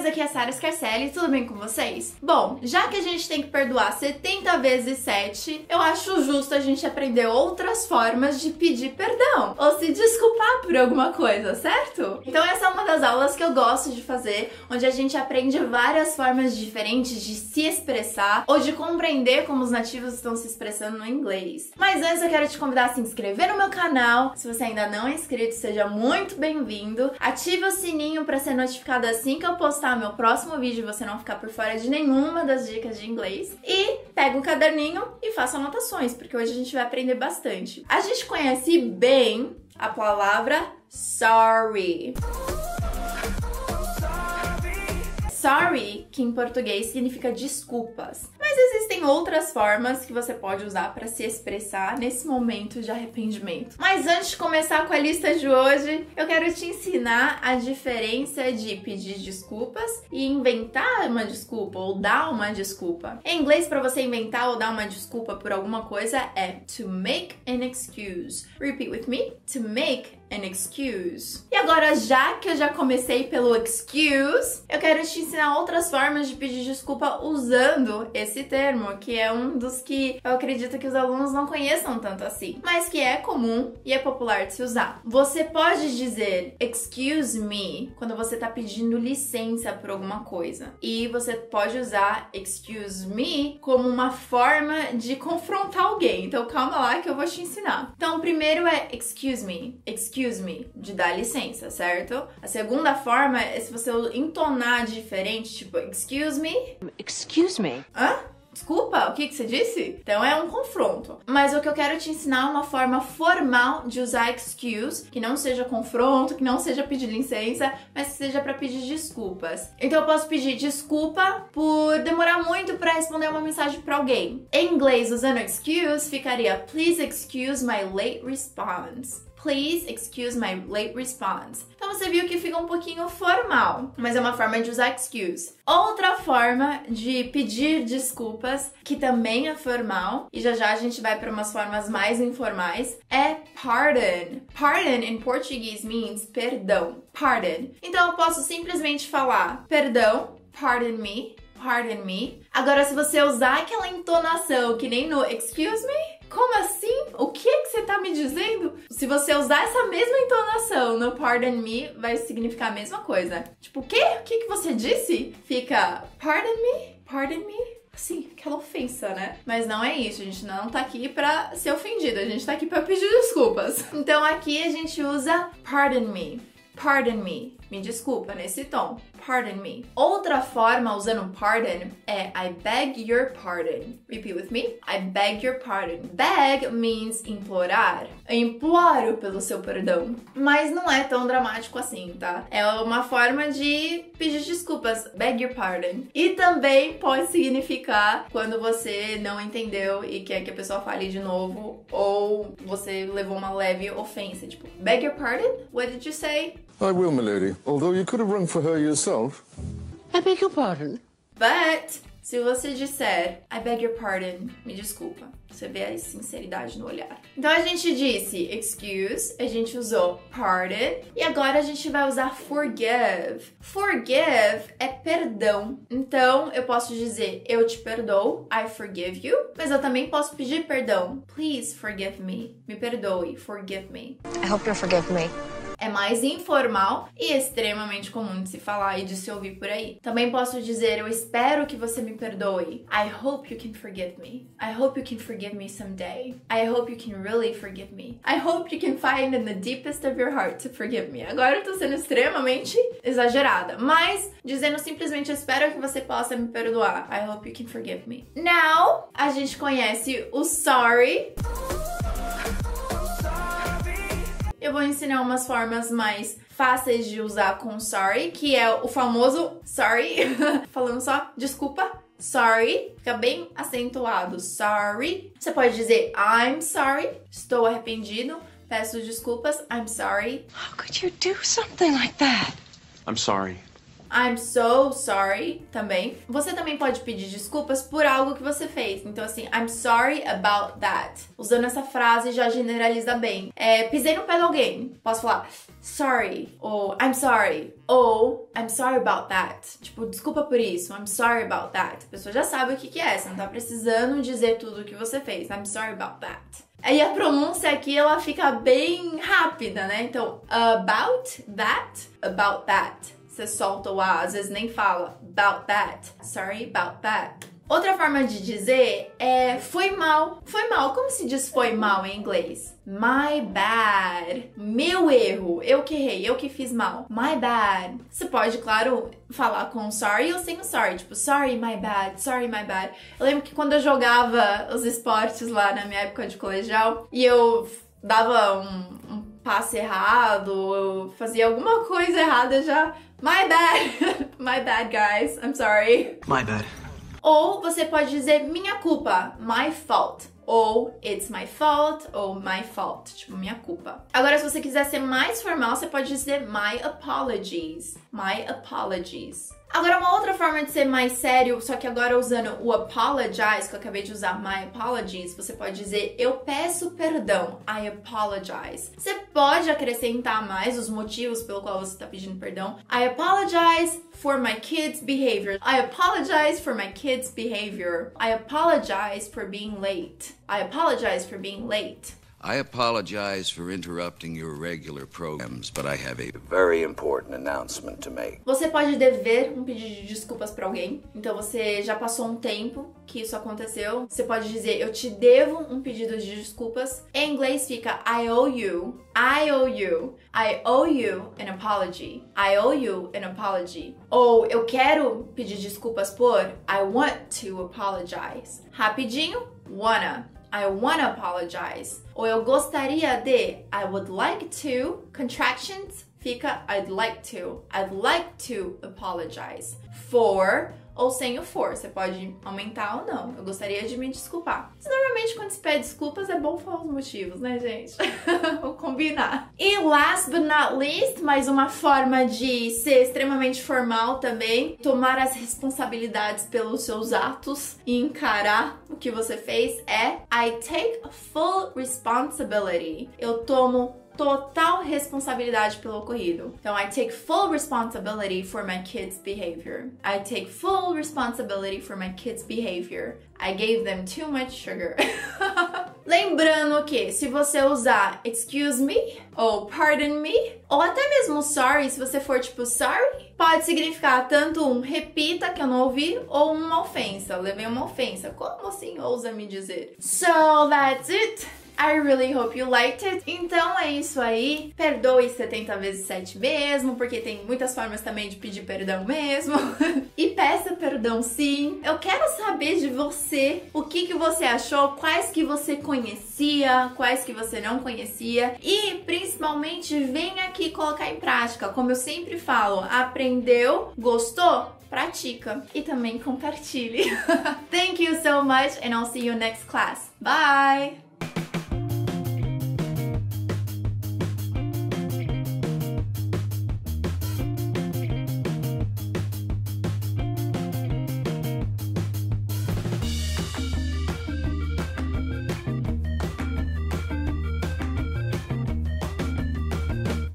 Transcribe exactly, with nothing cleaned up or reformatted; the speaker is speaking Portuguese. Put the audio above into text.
guys, aqui é a Sarah Scarcelli, tudo bem com vocês? Bom, já que a gente tem que perdoar setenta vezes sete, eu acho justo a gente aprender outras formas de pedir perdão ou se desculpar por alguma coisa, certo? Então essa é uma das aulas que eu gosto de fazer, onde a gente aprende várias formas diferentes de se expressar ou de compreender como os nativos estão se expressando no inglês. Mas antes eu quero te convidar a se inscrever no meu canal. Se você ainda não é inscrito, seja muito bem-vindo. Ative o sininho para ser notificado assim que eu postar meu próximo vídeo e você não ficar por fora de nenhuma das dicas de inglês. E pega um caderninho e faça anotações, porque hoje a gente vai aprender bastante. A gente conhece bem a palavra sorry. Sorry, que em português significa desculpas. Mas existem outras formas que você pode usar para se expressar nesse momento de arrependimento. Mas antes de começar com a lista de hoje, eu quero te ensinar a diferença de pedir desculpas e inventar uma desculpa ou dar uma desculpa. Em inglês, para você inventar ou dar uma desculpa por alguma coisa é to make an excuse. Repeat with me. To make an excuse. E agora, já que eu já comecei pelo excuse, eu quero te ensinar outras formas de pedir desculpa usando esse termo, que é um dos que eu acredito que os alunos não conheçam tanto assim, mas que é comum e é popular de se usar. Você pode dizer excuse me quando você tá pedindo licença por alguma coisa. E você pode usar excuse me como uma forma de confrontar alguém. Então calma lá que eu vou te ensinar. Então, o primeiro é excuse me. Excuse Excuse me, de dar licença, certo? A segunda forma é se você entonar diferente, tipo, excuse me. Excuse me. Hã? Desculpa, o que que você disse? Então é um confronto. Mas o que eu quero te ensinar é uma forma formal de usar excuse, que não seja confronto, que não seja pedir licença, mas que seja para pedir desculpas. Então eu posso pedir desculpa por demorar muito para responder uma mensagem para alguém. Em inglês, usando excuse, ficaria please excuse my late response. Please excuse my late response. Então você viu que fica um pouquinho formal, mas é uma forma de usar excuse. Outra forma de pedir desculpas, que também é formal, e já já a gente vai para umas formas mais informais, é pardon. Pardon in Portuguese means perdão. Pardon. Então eu posso simplesmente falar perdão, pardon me, pardon me. Agora, se você usar aquela entonação que nem no excuse me, como assim? O que que você tá me dizendo? Se você usar essa mesma entonação no pardon me, vai significar a mesma coisa. Tipo, o quê? O que que você disse? Fica pardon me? Pardon me? Assim, aquela ofensa, né? Mas não é isso, a gente não tá aqui pra ser ofendido, a gente tá aqui pra pedir desculpas. Então aqui a gente usa pardon me. Pardon me. Me desculpa, nesse tom. Pardon me. Outra forma usando pardon é I beg your pardon. Repeat with me. I beg your pardon. Beg means implorar. Eu imploro pelo seu perdão. Mas não é tão dramático assim, tá? É uma forma de pedir desculpas. Beg your pardon. E também pode significar quando você não entendeu e quer que a pessoa fale de novo, ou você levou uma leve ofensa. Tipo, beg your pardon? What did you say? I will, my lady. Although you could have rung for her yourself. I beg your pardon. But, se você disser, I beg your pardon, me desculpa. Você vê a sinceridade no olhar. Então a gente disse excuse, a gente usou pardon, e agora a gente vai usar forgive. Forgive é perdão. Então eu posso dizer eu te perdoo, I forgive you, mas eu também posso pedir perdão. Please forgive me. Me perdoe, forgive me. I hope you'll forgive me. É mais informal e extremamente comum de se falar e de se ouvir por aí. Também posso dizer, eu espero que você me perdoe. I hope you can forgive me. I hope you can forgive me someday. I hope you can really forgive me. I hope you can find in the deepest of your heart to forgive me. Agora eu tô sendo extremamente exagerada, mas dizendo simplesmente, eu espero que você possa me perdoar. I hope you can forgive me. Now, a gente conhece o sorry. Eu vou ensinar umas formas mais fáceis de usar com sorry, que é o famoso sorry, falando só desculpa, sorry, fica bem acentuado, sorry. Você pode dizer I'm sorry, estou arrependido, peço desculpas, I'm sorry. How could you do something like that? I'm sorry. I'm so sorry também. Você também pode pedir desculpas por algo que você fez. Então assim, I'm sorry about that. Usando essa frase já generaliza bem. É, pisei no pé de alguém. Posso falar sorry ou I'm sorry ou I'm sorry about that. Tipo, desculpa por isso. I'm sorry about that. A pessoa já sabe o que que é. Você não tá precisando dizer tudo o que você fez. I'm sorry about that. Aí a pronúncia aqui, ela fica bem rápida, né? Então, about that, about that. Você solta o A, às vezes nem fala about that. Sorry about that. Outra forma de dizer é foi mal. Foi mal. Como se diz foi mal em inglês? My bad. Meu erro. Eu que errei. Eu que fiz mal. My bad. Você pode, claro, falar com sorry ou sem o sorry. Tipo, sorry, my bad. Sorry, my bad. Eu lembro que quando eu jogava os esportes lá na minha época de colegial e eu dava um, um passe errado, eu fazia alguma coisa errada já. My bad. My bad, guys. I'm sorry. My bad. Ou você pode dizer minha culpa, my fault. Ou it's my fault, ou my fault, tipo, minha culpa. Agora, se você quiser ser mais formal, você pode dizer my apologies. My apologies. Agora, uma outra forma de ser mais sério, só que agora usando o apologize, que eu acabei de usar my apologies, você pode dizer eu peço perdão, I apologize. Você pode acrescentar mais os motivos pelo qual você está pedindo perdão. I apologize for my kids' behavior. I apologize for my kids' behavior. I apologize for being late. I apologize for being late. I apologize for interrupting your regular programs, but I have a very important announcement to make. Você pode dever um pedido de desculpas para alguém. Então você já passou um tempo que isso aconteceu. Você pode dizer eu te devo um pedido de desculpas. Em inglês fica I owe you. I owe you. I owe you an apology. I owe you an apology. Ou eu quero pedir desculpas por I want to apologize. Rapidinho, wanna. I wanna apologize. Ou eu gostaria de, I would like to. Contractions fica I'd like to. I'd like to apologize. For ou sem o for. Você pode aumentar ou não. Eu gostaria de me desculpar. Mas, normalmente, quando se pede desculpas, é bom falar os motivos, né, gente? Vou combinar. E last but not least, mais uma forma de ser extremamente formal também. Tomar as responsabilidades pelos seus atos e encarar o que você fez é I take full responsibility. Eu tomo total responsabilidade pelo ocorrido. Então, I take full responsibility for my kids' behavior. I take full responsibility for my kids' behavior. I gave them too much sugar. Lembrando que se você usar excuse me ou pardon me, ou até mesmo sorry, se você for tipo sorry, pode significar tanto um repita que eu não ouvi ou uma ofensa. Eu levei uma ofensa. Como assim ousa me dizer? So that's it. I really hope you liked it. Então é isso aí. Perdoe setenta vezes sete mesmo, porque tem muitas formas também de pedir perdão mesmo. E peça perdão sim. Eu quero saber de você o que, que você achou, quais que você conhecia, quais que você não conhecia. E principalmente venha aqui colocar em prática. Como eu sempre falo, aprendeu, gostou? Pratica e também compartilhe. Thank you so much and I'll see you next class. Bye!